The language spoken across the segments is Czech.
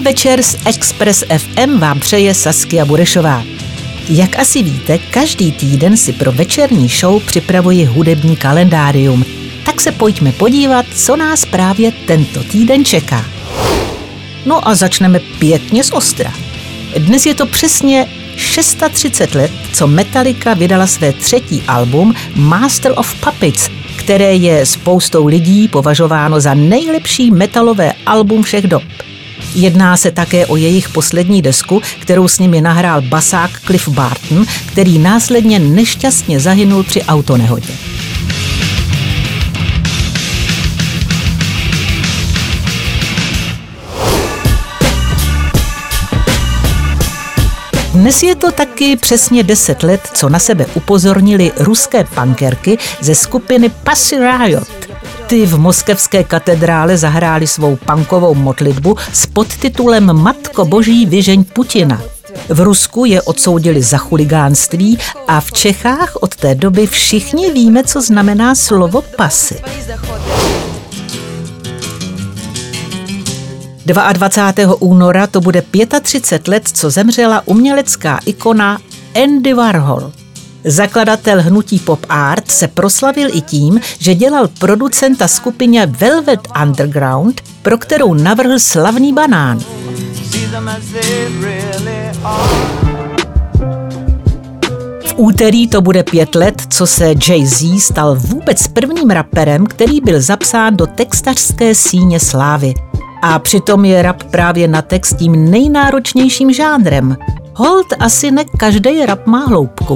Hezký večer z Express FM vám přeje Saskia Burešová. Jak asi víte, každý týden si pro večerní show připravuji hudební kalendárium, tak se pojďme podívat, co nás právě tento týden čeká. No a začneme pěkně z ostra. Dnes je to přesně 630 let, co Metallica vydala své třetí album Master of Puppets, které je spoustou lidí považováno za nejlepší metalové album všech dob. Jedná se také o jejich poslední desku, kterou s nimi nahrál basák Cliff Barton, který následně nešťastně zahynul při autonehodě. Dnes je to taky přesně 10 let, co na sebe upozornili ruské punkerky ze skupiny Pussy Riot. Ty v moskevské katedrále zahráli svou punkovou modlitbu s podtitulem Matko Boží, vyžeň Putina. V Rusku je odsoudili za chuligánství a v Čechách od té doby všichni víme, co znamená slovo pasy. 22. února to bude 35 let, co zemřela umělecká ikona Andy Warhol. Zakladatel hnutí pop art se proslavil i tím, že dělal producenta skupině Velvet Underground, pro kterou navrhl slavný banán. V úterý to bude 5 let, co se Jay-Z stal vůbec prvním raperem, který byl zapsán do textařské síně slávy. A přitom je rap právě na text tím nejnáročnějším žánrem. Holt asi ne každý rap má hloubku.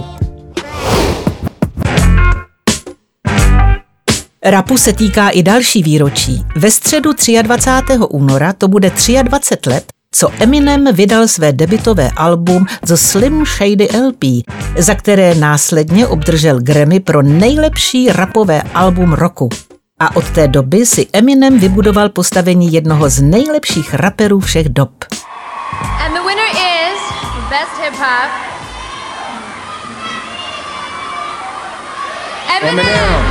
Rapu se týká i další výročí. Ve středu 23. února to bude 23 let, co Eminem vydal své debutové album The Slim Shady LP, za které následně obdržel Grammy pro nejlepší rapové album roku. A od té doby si Eminem vybudoval postavení jednoho z nejlepších raperů všech dob. And the winner is Best Hip Hop Eminem.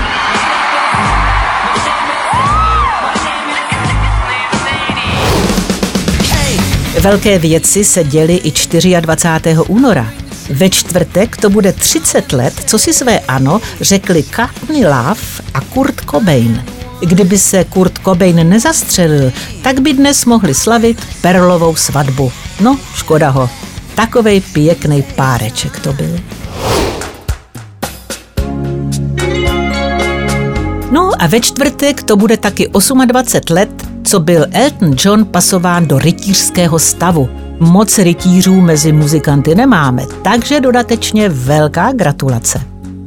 Velké věci se děly i 24. února. Ve čtvrtek to bude 30 let, co si své ano řekli Courtney Love a Kurt Cobain. Kdyby se Kurt Cobain nezastřelil, tak by dnes mohli slavit perlovou svatbu. No, škoda ho. Takovej pěkný páreček to byl. No a ve čtvrtek to bude taky 28 let, co byl Elton John pasován do rytířského stavu. Moc rytířů mezi muzikanty nemáme, takže dodatečně velká gratulace.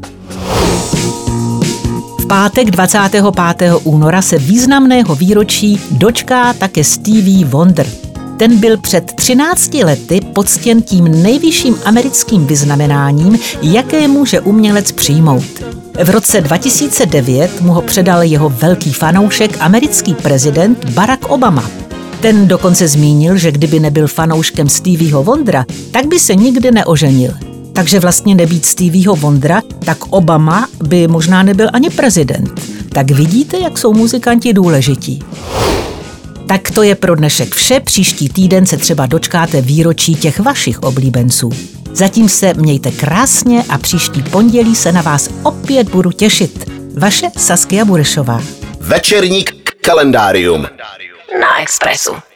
V pátek 25. února se významného výročí dočká také Stevie Wonder. Ten byl před 13 lety poctěn tím nejvyšším americkým vyznamenáním, jaké může umělec přijmout. V roce 2009 mu ho předal jeho velký fanoušek, americký prezident Barack Obama. Ten dokonce zmínil, že kdyby nebyl fanouškem Stevieho Wondera, tak by se nikdy neoženil. Takže vlastně nebýt Stevieho Wondera, tak Obama by možná nebyl ani prezident. Tak vidíte, jak jsou muzikanti důležití. Tak to je pro dnešek vše, příští týden se třeba dočkáte výročí těch vašich oblíbenců. Zatím se mějte krásně a příští pondělí se na vás opět budu těšit. Vaše Saskia Burešová. Večerní kalendárium na Expressu.